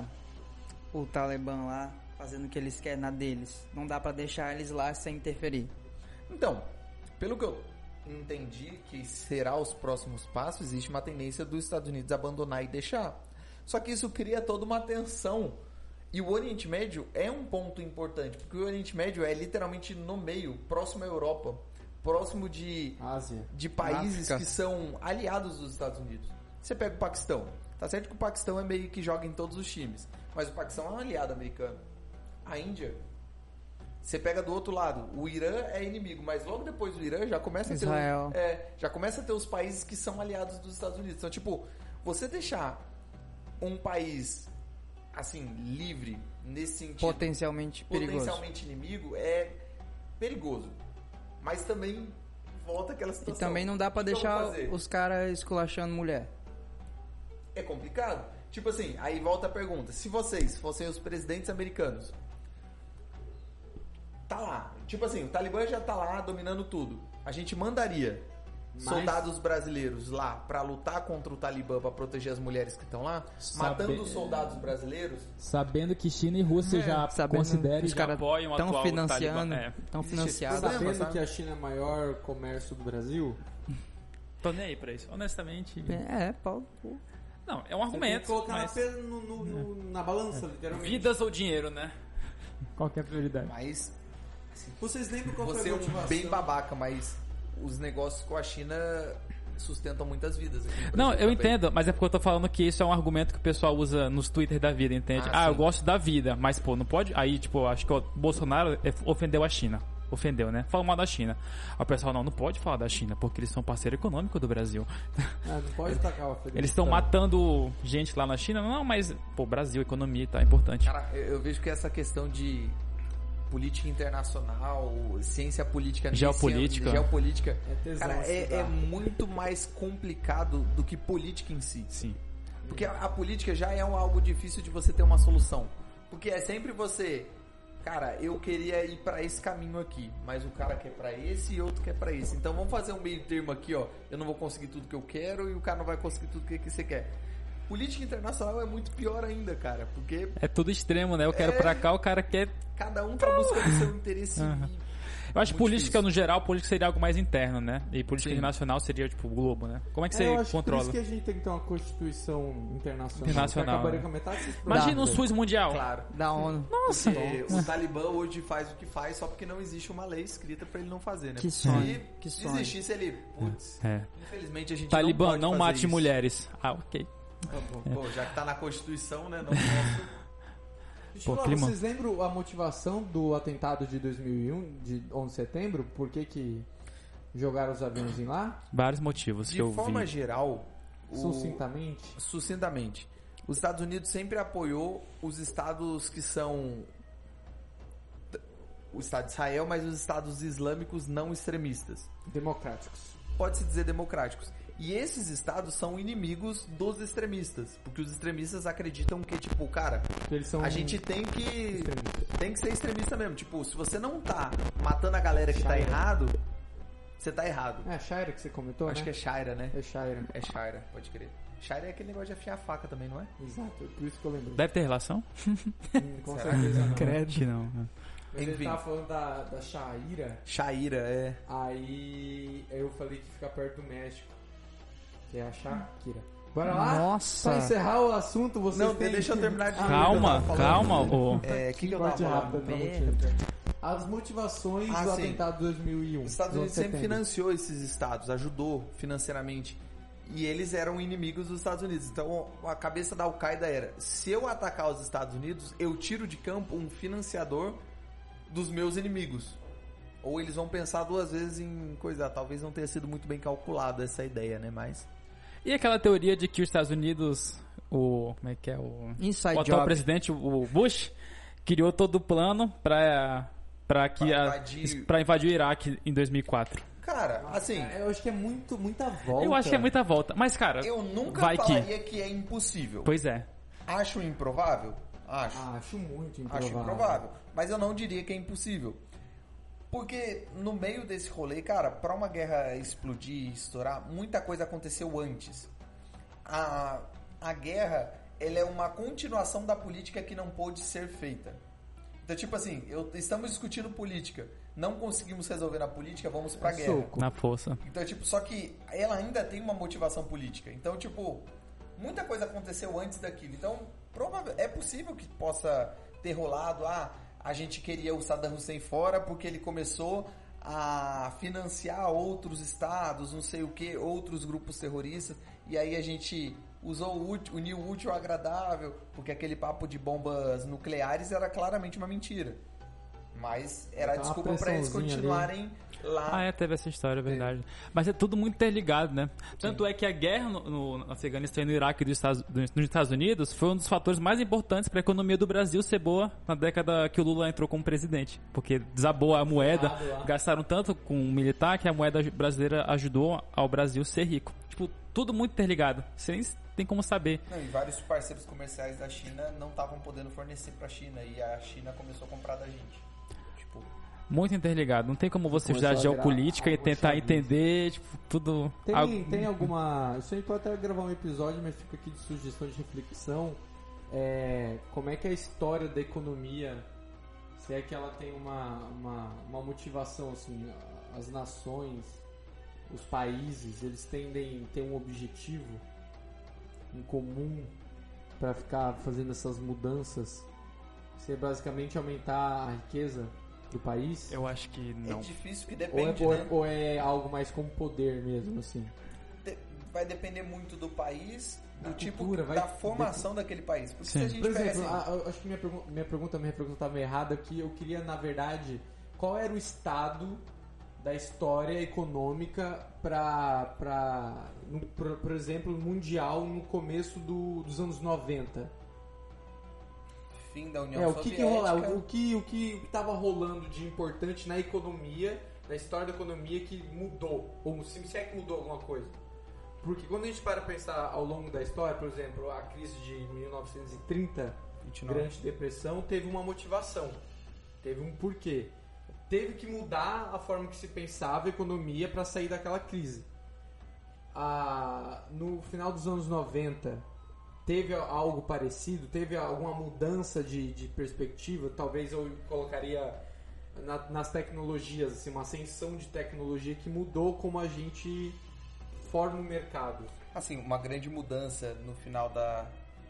o Talibã lá fazendo o que eles querem na deles. Não dá pra deixar eles lá sem interferir. então, pelo que eu entendi que será os próximos passos, existe uma tendência dos Estados Unidos abandonar e deixar. Só que isso cria toda uma tensão. E o Oriente Médio é um ponto importante, porque o Oriente Médio é literalmente no meio, próximo à Europa, próximo de, Ásia. de países África. que são aliados dos Estados Unidos. Você pega o Paquistão. Tá certo que o Paquistão é meio que joga em todos os times, mas o Paquistão é um aliado americano. A Índia, você pega do outro lado, o Irã é inimigo, mas logo depois do Irã já começa a ter, Israel. os- é, já começa a ter os países que são aliados dos Estados Unidos. Então, tipo, você deixar um país assim livre nesse sentido, Potencialmente perigoso. potencialmente inimigo, é perigoso. Mas também volta aquela E situação. também não dá pra O que eu vou deixar fazer? os caras esculachando mulher. É complicado. Tipo assim, aí volta a pergunta. Se vocês fossem os presidentes americanos, tá lá. Tipo assim, o Talibã já tá lá dominando tudo. A gente mandaria Mas- soldados brasileiros lá pra lutar contra o Talibã, pra proteger as mulheres que estão lá, Sabe- matando os soldados brasileiros. Sabendo que China e Rússia já Sabendo consideram que os já caras apoiam o estão atual financiando, Talibã. É. estão Existe financiados. esse problema. Sabendo sabe? que a China é o maior comércio do Brasil, Tô nem aí pra isso, honestamente. É, pau. pô. Não, é um você tem argumento. que colocar mas... na, pe- no- no- no- na balança, literalmente. Vidas ou dinheiro, né? Qual que é a prioridade? Mas Vocês lembram qual você foi é a um motivação? bem babaca, mas os negócios com a China sustentam muitas vidas. Aqui no Não, Brasil eu também. entendo, mas é porque eu tô falando que isso é um argumento que o pessoal usa nos Twitter da vida, entende? Ah, Ah, eu sim. gosto da vida, mas pô, não pode. Aí, tipo, eu acho que o Bolsonaro ofendeu a China. Ofendeu, né? Falou mal da China. Aí o pessoal, não, não pode falar da China, porque eles são parceiro econômico do Brasil. Ah, não pode tacar o Afeganistão. Eles estão matando gente lá na China. Não, mas, pô, Brasil, economia, tá importante. Cara, eu, eu vejo que essa questão de política internacional, ciência política, nesse Geopolítica. âmbito, geopolítica, É tesão cara, é, estudar. é muito mais complicado do que política em si. Sim. Porque a, a política já é um, algo difícil de você ter uma solução. Porque é sempre você, cara, eu queria ir pra esse caminho aqui, mas o cara quer pra esse e outro quer pra esse. Então vamos fazer um meio termo aqui, ó. Eu não vou conseguir tudo que eu quero e o cara não vai conseguir tudo que, que você quer. Política internacional é muito pior ainda, cara, porque É tudo extremo, né? Eu quero É. pra cá, o cara quer. cada um tá buscando o seu interesse. Aham. e- Eu acho que Muito política, difícil. no geral, política seria algo mais interno, né? E política Sim. internacional seria, tipo, o globo, né? Como é que É, você eu acho controla? por isso que a gente tem que ter uma constituição internacional. Internacional, Que acabaria né? com a metade desses problemas. Imagina o SUS mundial. Claro. Da ONU. Nossa! Porque o Talibã hoje faz o que faz só porque não existe uma lei escrita pra ele não fazer, né? Que sonho, Se que sonho. existisse ele, putz, É. infelizmente a gente Talibã, não pode não fazer mate isso. mulheres. Ah, ok. Tá bom. Pô, já que tá na Constituição, né? Não posso. Deixa eu Pô, falar, clima. vocês lembram a motivação do atentado de dois mil e um, de onze de setembro? Por que que jogaram os aviões em lá? Vários motivos De que eu forma vi. geral, o... Sucintamente? sucintamente, os Estados Unidos sempre apoiou os estados que são o Estado de Israel, mas os estados islâmicos não extremistas. Democráticos. Pode-se dizer democráticos. E esses estados são inimigos dos extremistas, porque os extremistas acreditam que, tipo, cara, Porque eles são a gente tem que extremistas. tem que ser extremista mesmo. Tipo, se você não tá matando a galera que tá Shaira. errado, você tá errado. É a Shaira que você comentou, Acho né? que é Shaira, né? É Shaira. É Shaira, pode crer. Shaira é aquele negócio de afiar a faca também, não é? Exato, por isso que eu lembrei. Deve ter relação? Hum, com Será? certeza não. Credo que não. Mas ele Enfim. tava falando da, da Shaira, Shaira, é. aí eu falei que fica perto do México. Que é a Shakira. Bora lá? Nossa. Pra encerrar o assunto, vocês Não, têm... deixa eu terminar de Ah, Calma, eu tava calma. falando. ô. É, o que, que eu tava Corte falando? rápido pra Merda. motivo. As motivações Ah, do sim. atentado de dois mil e um. Os Estados do Unidos onze de sempre setembro. financiou esses estados, ajudou financeiramente. E eles eram inimigos dos Estados Unidos. Então a cabeça da Al-Qaeda era: se eu atacar os Estados Unidos, eu tiro de campo um financiador dos meus inimigos. Ou eles vão pensar duas vezes em coisa. Talvez não tenha sido muito bem calculada essa ideia, né? Mas. E aquela teoria de que os Estados Unidos, o. Como é que é? O, Inside o atual job. presidente, o Bush, criou todo o plano pra, pra, que Pra a- invadir- pra invadir o Iraque em dois mil e quatro. Cara, assim. É, eu acho que é muito, muita volta. Eu acho que é muita volta. Mas, cara, Eu nunca vai que. falaria que... é impossível. Pois é. Acho improvável? Acho. Ah, acho muito improvável. Acho improvável. Mas eu não diria que é impossível. Porque no meio desse rolê, cara, pra uma guerra explodir, estourar, muita coisa aconteceu antes. A, a guerra, ela é uma continuação da política que não pôde ser feita. Então, tipo assim, eu, estamos discutindo política. Não conseguimos resolver na política, vamos pra É guerra. soco. Na força. Então, tipo, só que ela ainda tem uma motivação política. Então, tipo, muita coisa aconteceu antes daquilo. Então, provável, é possível que possa ter rolado, ah, a gente queria o Saddam Hussein fora porque ele começou a financiar outros estados, não sei o que, outros grupos terroristas, e aí a gente usou o útil, uniu o útil ao agradável, porque aquele papo de bombas nucleares era claramente uma mentira. Mas era a Tá uma desculpa pra eles pressãozinha continuarem lá. Ah, é, teve essa história, é verdade. Mas é tudo muito interligado, né? Tanto é que a guerra no, no, no Afeganistão e no Iraque e dos Estados, dos, nos Estados Unidos foi um dos fatores mais importantes para a economia do Brasil ser boa na década que o Lula entrou como presidente. Porque desabou a moeda, Desabou lá. gastaram tanto com o militar que a moeda brasileira ajudou ao Brasil ser rico. Tipo, tudo muito interligado. Você nem tem como saber. Não, e vários parceiros comerciais da China não estavam podendo fornecer pra China e a China começou a comprar da gente. Tipo, Muito interligado. Não tem como você Começou estudar a virar geopolítica e algo tentar chavinho. entender, tipo, tudo... Tem, algo- tem alguma... Isso aí pode até gravar um episódio, mas fica aqui de sugestão de reflexão. É, como é que é a história da economia, se é que ela tem uma, uma, uma motivação, assim, as nações, os países, eles tendem a ter um objetivo em comum para ficar fazendo essas mudanças. Se é basicamente aumentar a riqueza do país? Eu acho que não. É difícil, que Ou é, depende, ou, é, né? ou é algo mais como poder mesmo, assim? De- vai depender muito do país, do Da tipo, cultura, vai da formação daquele país. Porque Sim. se a gente Por pega exemplo, assim... a- a- acho que minha, pergu- minha pergunta, minha pergunta estava errada, que eu queria, na verdade, qual era o estado da história econômica para, para, por, por exemplo, mundial no começo do- dos anos noventa? Fim da União É, o que que Soviética. rolava, o que o que estava rolando de importante na economia, na história da economia que mudou, ou se se é que mudou alguma coisa? Porque quando a gente para pensar ao longo da história, por exemplo, a crise de mil novecentos e trinta, vinte e nove. Grande Depressão, teve uma motivação, teve um porquê. Teve que mudar a forma que se pensava a economia para sair daquela crise. Ah, no final dos anos noventa, teve algo parecido? Teve alguma mudança de, de perspectiva? Talvez eu colocaria na- nas tecnologias, assim, uma ascensão de tecnologia que mudou como a gente forma o mercado. Assim, uma grande mudança no final da,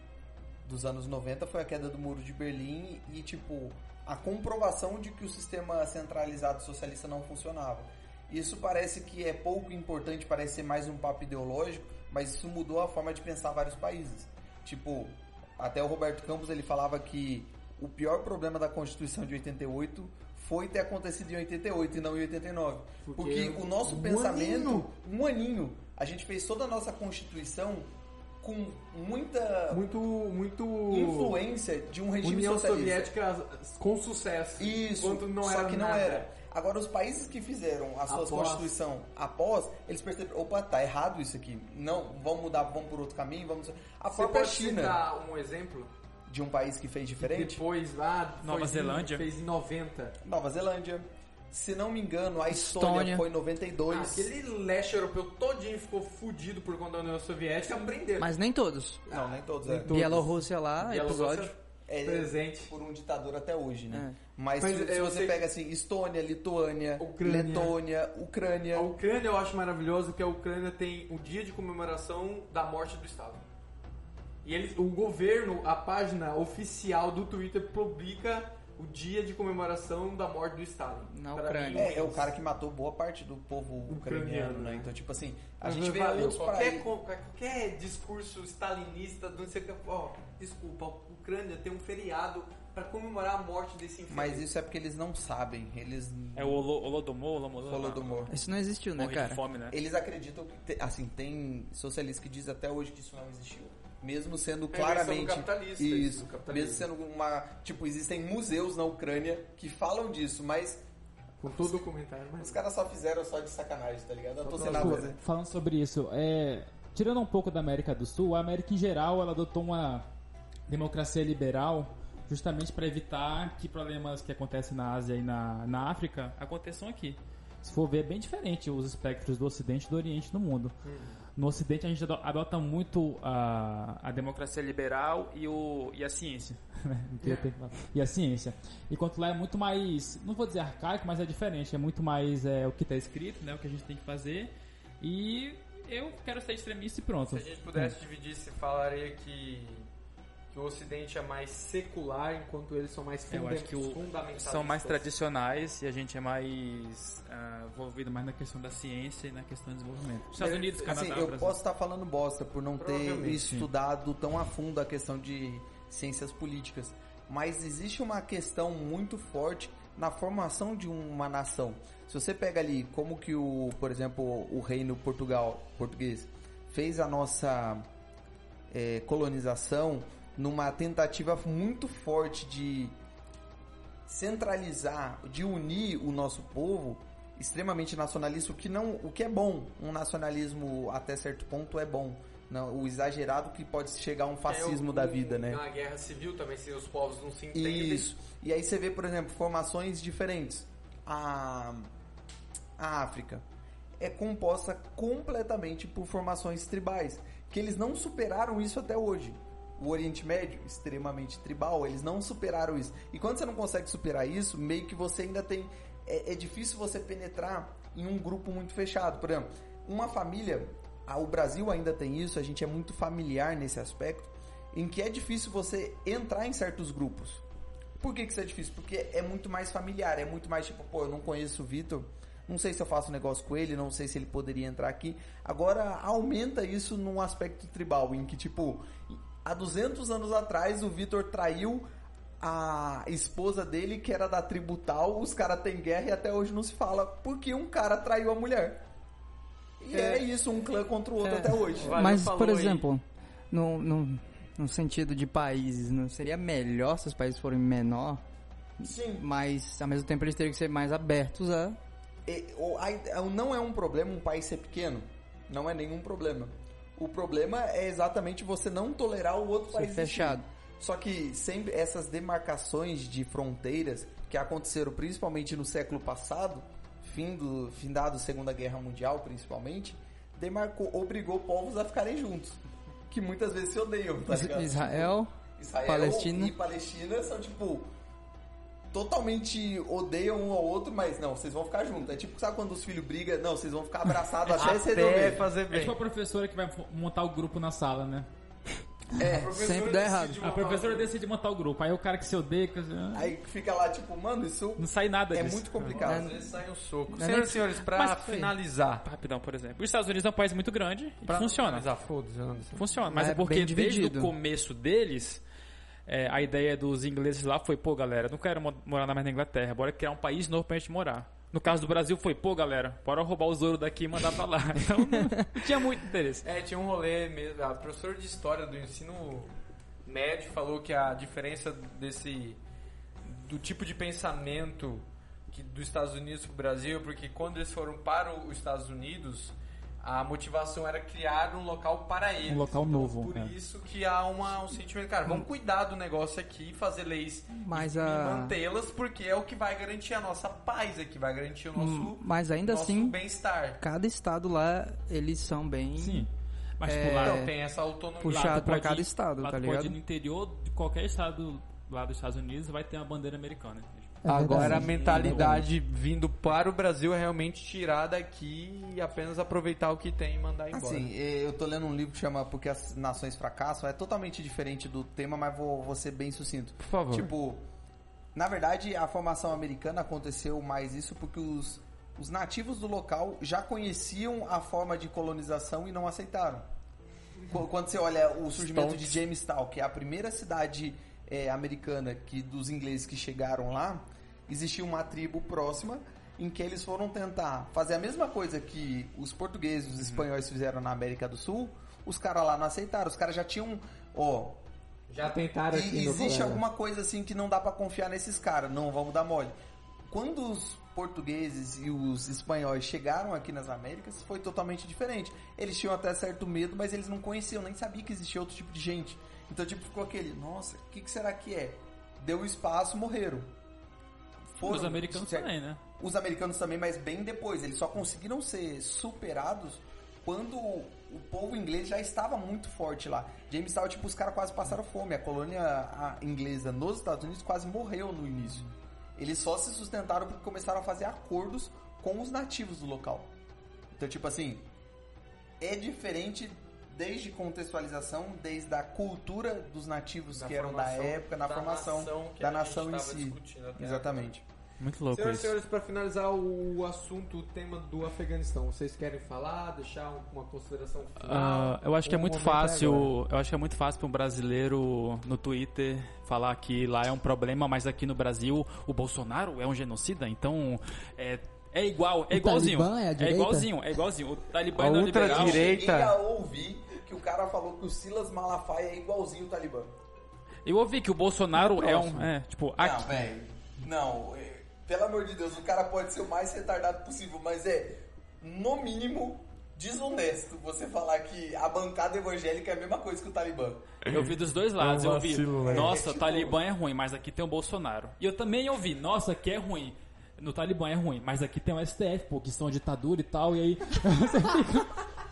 dos anos noventa foi a queda do Muro de Berlim e, tipo, a comprovação de que o sistema centralizado socialista não funcionava. Isso parece que é pouco importante, parece ser mais um papo ideológico, mas isso mudou a forma de pensar vários países. Tipo, até o Roberto Campos ele falava que o pior problema da Constituição de oitenta e oito foi ter acontecido em oitenta e oito e não em oitenta e nove. Porque Porque, o nosso um pensamento, aninho. um aninho, a gente fez toda a nossa Constituição com muita Muito, muito... influência de um regime União socialista. Soviética com sucesso. Isso, enquanto não só era que não nada. era. Agora, os países que fizeram a sua Após. Constituição após, eles perceberam, opa, tá errado isso aqui. Não, vamos mudar, vamos por outro caminho, vamos... A Você própria pode China, citar um exemplo? de um país que fez diferente, Depois lá... Nova foi em- Zelândia. Fez em noventa. Nova Zelândia. Se não me engano, a Estônia, Estônia. foi em noventa e dois. Aquele leste europeu todinho ficou fudido por conta da União Soviética, aprenderam. Mas nem todos. Não, nem todos, Nem é. todos. Bielorrússia lá, Bielorrússia, episódio. É presente. por um ditador até hoje, né? É. Mas, Mas, se, é, se eu você sei- pega assim, Estônia, Lituânia, Ucrânia. Letônia, Ucrânia... A Ucrânia eu acho maravilhoso que a Ucrânia tem o dia de comemoração da morte do Estado. E eles, o governo, a página oficial do Twitter publica o dia de comemoração da morte do Estado. Na Pra Ucrânia. mim, É, é o cara que matou boa parte do povo ucraniano, Ucraniano, né? né? Então, tipo assim, a Mas gente vê valeu. outros qualquer, países... co- qualquer discurso stalinista, não sei o que, ó, desculpa, a Ucrânia tem um feriado para comemorar a morte desse infeliz. Mas isso é porque eles não sabem, eles... É o Holo- Holodomor, Holodomor. Holodomor. Isso não existiu, né, Morre de cara? fome, né? Eles acreditam que, te- assim, tem socialistas que dizem até hoje que isso não existiu. Mesmo sendo É a invenção claramente... do capitalista, isso, isso, do capitalismo. mesmo sendo uma... Tipo, existem museus na Ucrânia que falam disso, mas Com todo o documentário, mas... os caras só fizeram só de sacanagem, tá ligado? Eu tô Só sem pra nada a zoar. fazer. Falando sobre isso, é, tirando um pouco da América do Sul, a América em geral ela adotou uma democracia liberal justamente para evitar que problemas que acontecem na Ásia e na, na África aconteçam aqui. Se for ver, é bem diferente os espectros do Ocidente e do Oriente no mundo. No Ocidente a gente ado- adota muito a, a democracia liberal e, o, e a ciência. né? Não queria ter falado. E a ciência. Enquanto lá é muito mais, não vou dizer arcaico, mas é diferente. É muito mais é, o que está escrito, né, o que a gente tem que fazer. E eu quero ser extremista e pronto. Se a gente pudesse dividir, se falaria que, que o Ocidente é mais secular, enquanto eles são mais Eu funda acho que o- fundamentalistas. São mais tradicionais e a gente é mais ah, envolvido mais na questão da ciência e na questão do desenvolvimento. Estados Unidos, Canadá, Assim, eu Brasil. posso estar falando bosta por não ter Provavelmente, estudado tão a fundo a questão de ciências políticas, mas existe uma questão muito forte na formação de uma nação. Se você pega ali como que o, por exemplo, o reino Portugal, português, fez a nossa eh, colonização numa tentativa muito forte de centralizar, de unir o nosso povo, extremamente nacionalista, o que não, o que é bom, um nacionalismo até certo ponto é bom, não, o exagerado que pode chegar a um fascismo É, o- da o- vida, né? Na guerra civil também, se os povos não se entendem. Isso. E aí você vê, por exemplo, formações diferentes. A, a África é composta completamente por formações tribais, que eles não superaram isso até hoje. O Oriente Médio, extremamente tribal, eles não superaram isso. E quando você não consegue superar isso, meio que você ainda tem... É, é difícil você penetrar em um grupo muito fechado. Por exemplo, uma família... ah, o Brasil ainda tem isso, a gente é muito familiar nesse aspecto, em que é difícil você entrar em certos grupos. Por que que isso é difícil? Porque é muito mais familiar, é muito mais tipo, pô, eu não conheço o Vitor, não sei se eu faço negócio com ele, não sei se ele poderia entrar aqui. Agora, aumenta isso num aspecto tribal, em que, tipo, há duzentos anos atrás o Vitor traiu a esposa dele, que era da tribo tal, os caras têm guerra e até hoje não se fala, porque um cara traiu a mulher. E é, é isso, um clã contra o outro É. até hoje. Valeu, Mas, falou por aí. exemplo, no, no, no sentido de países, não seria melhor se os países forem menor, Sim. mas ao mesmo tempo eles teriam que ser mais abertos a... E, o- a- não é um problema um país ser pequeno. Não é nenhum problema. O problema é exatamente você não tolerar o outro Ser país existir. fechado. Só que sempre essas demarcações de fronteiras que aconteceram principalmente no século passado, fim do findado Segunda Guerra Mundial principalmente, demarcou, obrigou povos a ficarem juntos, que muitas vezes se odeiam, tá ligado? Israel, Israel Palestina. e Palestina são tipo totalmente odeiam um ao outro, mas não, vocês vão ficar juntos. É tipo, sabe quando os filhos brigam? Não, vocês vão ficar abraçados até se Até resolver. fazer É bem. tipo a professora que vai montar o grupo na sala, né? É. sempre dá errado. A professora decide montar o grupo, aí o cara que se odeia, que- Aí fica lá tipo, mano, isso não sai nada é disso. muito complicado. Às vezes sai um soco. Não é Senhoras nem- e senhores, pra Mas foi. finalizar. Rapidão, por exemplo. Os Estados Unidos é um país muito grande e Pra funciona. finalizar, foda-se, Anderson. Funciona, mas Mas é, é porque bem desde o dividido. começo deles, é, a ideia dos ingleses lá foi, pô, galera, não quero mo- morar mais na Inglaterra, bora criar um país novo pra gente morar. No caso do Brasil foi, pô, galera, bora roubar os ouro daqui e mandar pra lá. Então não, não tinha muito interesse. É, tinha um rolê mesmo. A professora de história do ensino médio falou que a diferença desse do tipo de pensamento que dos Estados Unidos pro Brasil, porque quando eles foram para os Estados Unidos, a motivação era criar um local para eles. Um local Então, novo, Por é. isso que há uma, um sentimento, cara, vamos cuidar do negócio aqui, fazer leis Mas e, a- e mantê-las, porque é o que vai garantir a nossa paz, é que vai garantir o nosso, Hum, Mas ainda nosso assim, bem-estar. cada estado lá, eles são bem Sim. Mas É, tipo, lá, Então tem essa autonomia. puxado lá tu pra pode cada ir- estado, lá tá tu ligado? pode ir no interior de qualquer estado lá dos Estados Unidos vai ter uma bandeira americana. É Agora a verdade. mentalidade vindo para o Brasil é realmente tirar daqui e apenas aproveitar o que tem e mandar embora. Assim, eu tô lendo um livro que chama Porque as Nações Fracassam. É totalmente diferente do tema, mas vou, vou ser bem sucinto. Por favor. Tipo, na verdade, a formação americana aconteceu mais isso porque os, os nativos do local já conheciam a forma de colonização e não aceitaram. Qu- Quando você olha o surgimento de Jamestown, que é a primeira cidade é, americana que dos ingleses que chegaram lá, existia uma tribo próxima em que eles foram tentar fazer a mesma coisa que os portugueses, os espanhóis fizeram na América do Sul. Os caras lá não aceitaram. Os caras já tinham, ó, Já tentaram e aqui no existe Colégio. alguma coisa assim que não dá pra confiar nesses caras, não vamos dar mole. Quando os portugueses e os espanhóis chegaram aqui nas Américas, foi totalmente diferente. Eles tinham até certo medo, mas eles não conheciam, nem sabiam que existia outro tipo de gente. Então, tipo, ficou aquele, nossa, o que, que será que é? Deu espaço, morreram. Foram- Os americanos certo? também, né? Os americanos também, mas bem depois. Eles só conseguiram ser superados quando o povo inglês já estava muito forte lá. Jamestown, tipo, os caras quase passaram fome. A colônia a inglesa nos Estados Unidos quase morreu no início. Eles só se sustentaram porque começaram a fazer acordos com os nativos do local. Então, tipo assim, é diferente desde contextualização, desde a cultura dos nativos Na que eram da formação época, na da formação nação que da a gente nação em tava si. discutindo até Exatamente. Muito louco Senhoras e isso. senhores, para finalizar o assunto, o tema do Afeganistão, vocês querem falar, deixar uma consideração final? Ah, eu acho que é O muito momento é agora. fácil. Eu acho que é muito fácil para um brasileiro no Twitter falar que lá é um problema, mas aqui no Brasil o Bolsonaro é um genocida, então é, é igual, é O igualzinho. Talibã é a direita? igualzinho, é igualzinho. O Talibã A é neoliberal. ultradireita- Cheguei a ouvir que o cara falou que o Silas Malafaia é igualzinho o Talibã. Eu ouvi que o Bolsonaro é próximo. um, é, tipo, Não, aqui, velho. Não, é, pelo amor de Deus, o cara pode ser o mais retardado possível, mas é, no mínimo, desonesto você falar que a bancada evangélica é a mesma coisa que o Talibã. eu ouvi dos dois lados. É um Eu ouvi, vacilo, né? nossa, É, o tipo- Talibã é ruim, mas aqui tem o Bolsonaro. E eu também ouvi, nossa, aqui é ruim. No Talibã é ruim, mas aqui tem o S T F, pô, que são ditadura e tal, e aí você fica...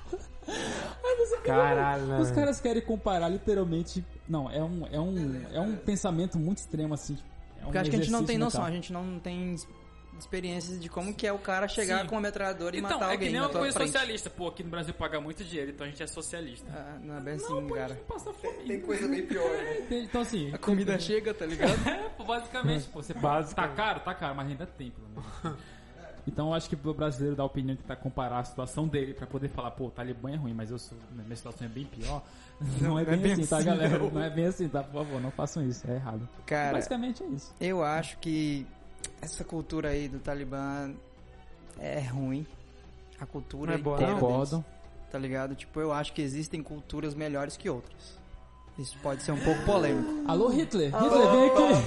Aí você fica, Caralho, né? Os caras querem comparar literalmente. Não, é um, é um, é um pensamento muito extremo, assim. É um Porque acho que a gente não tem exercício noção, a mental. gente não tem experiências de como que é o cara chegar Sim. com uma metralhadora e Então, matar é alguém que nem na uma tua coisa frente. socialista. Pô, aqui no Brasil paga muito dinheiro, então a gente é socialista. Ah, não é bem assim, Não, pô, a cara. gente não passa fome. Tem coisa bem pior, né? Tem- Então, assim... A comida chega, tá ligado? É, pô, basicamente, pô, você pode, tá caro, tá caro, mas ainda tem, pelo menos. Então eu acho que o brasileiro dá a opinião de tentar comparar a situação dele pra poder falar, pô, o Talibã é ruim, mas eu sou, minha situação é bem pior. Não é bem, assim, tá, galera? Não é bem assim, tá? Por favor, não façam isso, é errado. Cara, Basicamente é isso. eu acho que essa cultura aí do Talibã é ruim. A cultura Não é boa, inteira não? deles, Concordo. tá ligado? Tipo, eu acho que existem culturas melhores que outras. Isso pode ser um pouco polêmico. Alô, Hitler? Hitler, vem aqui!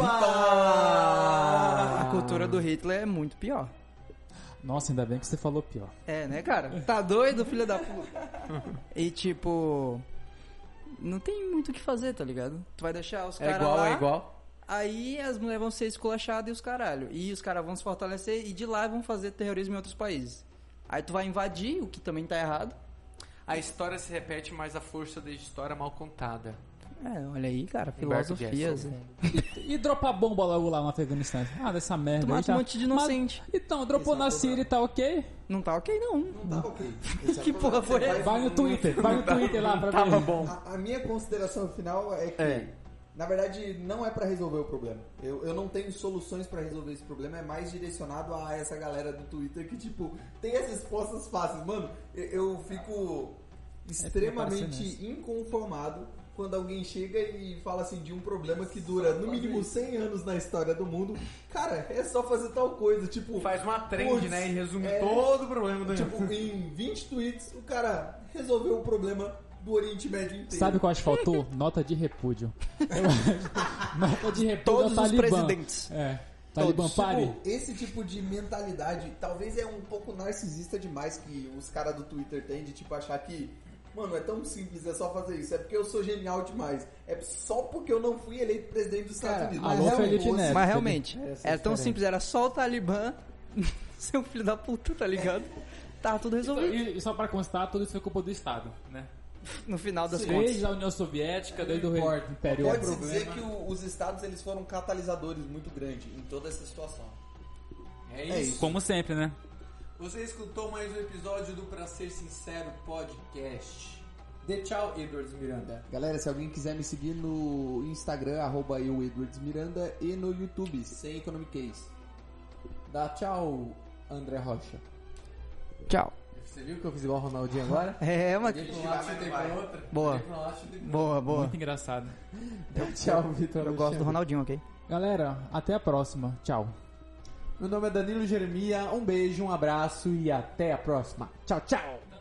A cultura do Hitler é muito pior. Nossa, ainda bem que você falou pior. É, né, cara? Tá doido, filho da puta? E tipo, não tem muito o que fazer, tá ligado? Tu vai deixar os É caras igual, lá, é igual. aí as mulheres vão ser esculachadas e os caralho. E os caras vão se fortalecer e de lá vão fazer terrorismo em outros países. Aí tu vai invadir, o que também tá errado. A história se repete, mas a força da história é mal contada. É, olha aí, cara, Humberto filosofias. E, e dropar bomba logo lá no Afeganistão? Ah, dessa merda Tu aí mata já. um monte de inocente. Mas- então, dropou na Síria e tá ok? Não tá ok, não. Não tá ok. Esse é o Que problema. porra foi Você essa? Vai no Twitter, vai no Twitter lá pra Tava ver. bom. A, a minha consideração final é que, É. na verdade, não é pra resolver o problema. Eu, eu não tenho soluções pra resolver esse problema, é mais direcionado a essa galera do Twitter que, tipo, tem as respostas fáceis. Mano, eu, eu fico extremamente inconformado quando alguém chega e fala assim de um problema que dura no mínimo cem anos na história do mundo. Cara, é só fazer tal coisa, tipo... Faz uma trend, Putz, né? E resume é, todo o problema do Tipo, em vinte tweets, o cara resolveu o problema do Oriente Médio inteiro. Sabe o que eu acho que faltou? Nota de repúdio. Eu acho. Nota de repúdio Todos ao os Talibã. presidentes. É. Talibã, pare. Tipo, esse tipo de mentalidade talvez é um pouco narcisista demais que os caras do Twitter têm de tipo achar que, mano, é tão simples, é só fazer isso, é porque eu sou genial demais, é só porque eu não fui eleito presidente dos Estados Cara, Unidos. alô, Mas Felipe realmente, Neto. Mas realmente, Essa é era tão diferente. simples, era só o Talibã ser um filho da puta, tá ligado? Tava tudo resolvido. E, e só pra constar, tudo isso foi culpa do Estado, né? No final das contas. Desde a União Soviética, desde o Rei- Império. Pode-se dizer que o- os estados eles foram catalisadores muito grandes em toda essa situação. É É isso. isso. Como sempre, né? Você escutou mais um episódio do Pra Ser Sincero Podcast. Dê tchau, Edwards Miranda. Galera, se alguém quiser me seguir no Instagram, arroba eu, Edwards Miranda, e no YouTube, sem Economic Case. Dá tchau, André Rocha. Tchau. Você viu que eu fiz igual o Ronaldinho agora? É, mas... Peguei pra um lado, chutei pra outro. Boa. Peguei pra um lado, chutei pra Boa, boa. Muito engraçado. outro. Tchau, Vitor. Eu gosto do Ronaldinho, ok? Galera, até a próxima. Tchau. Meu nome é Danilo Jeremia. Um beijo, um abraço e até a próxima. Tchau, tchau.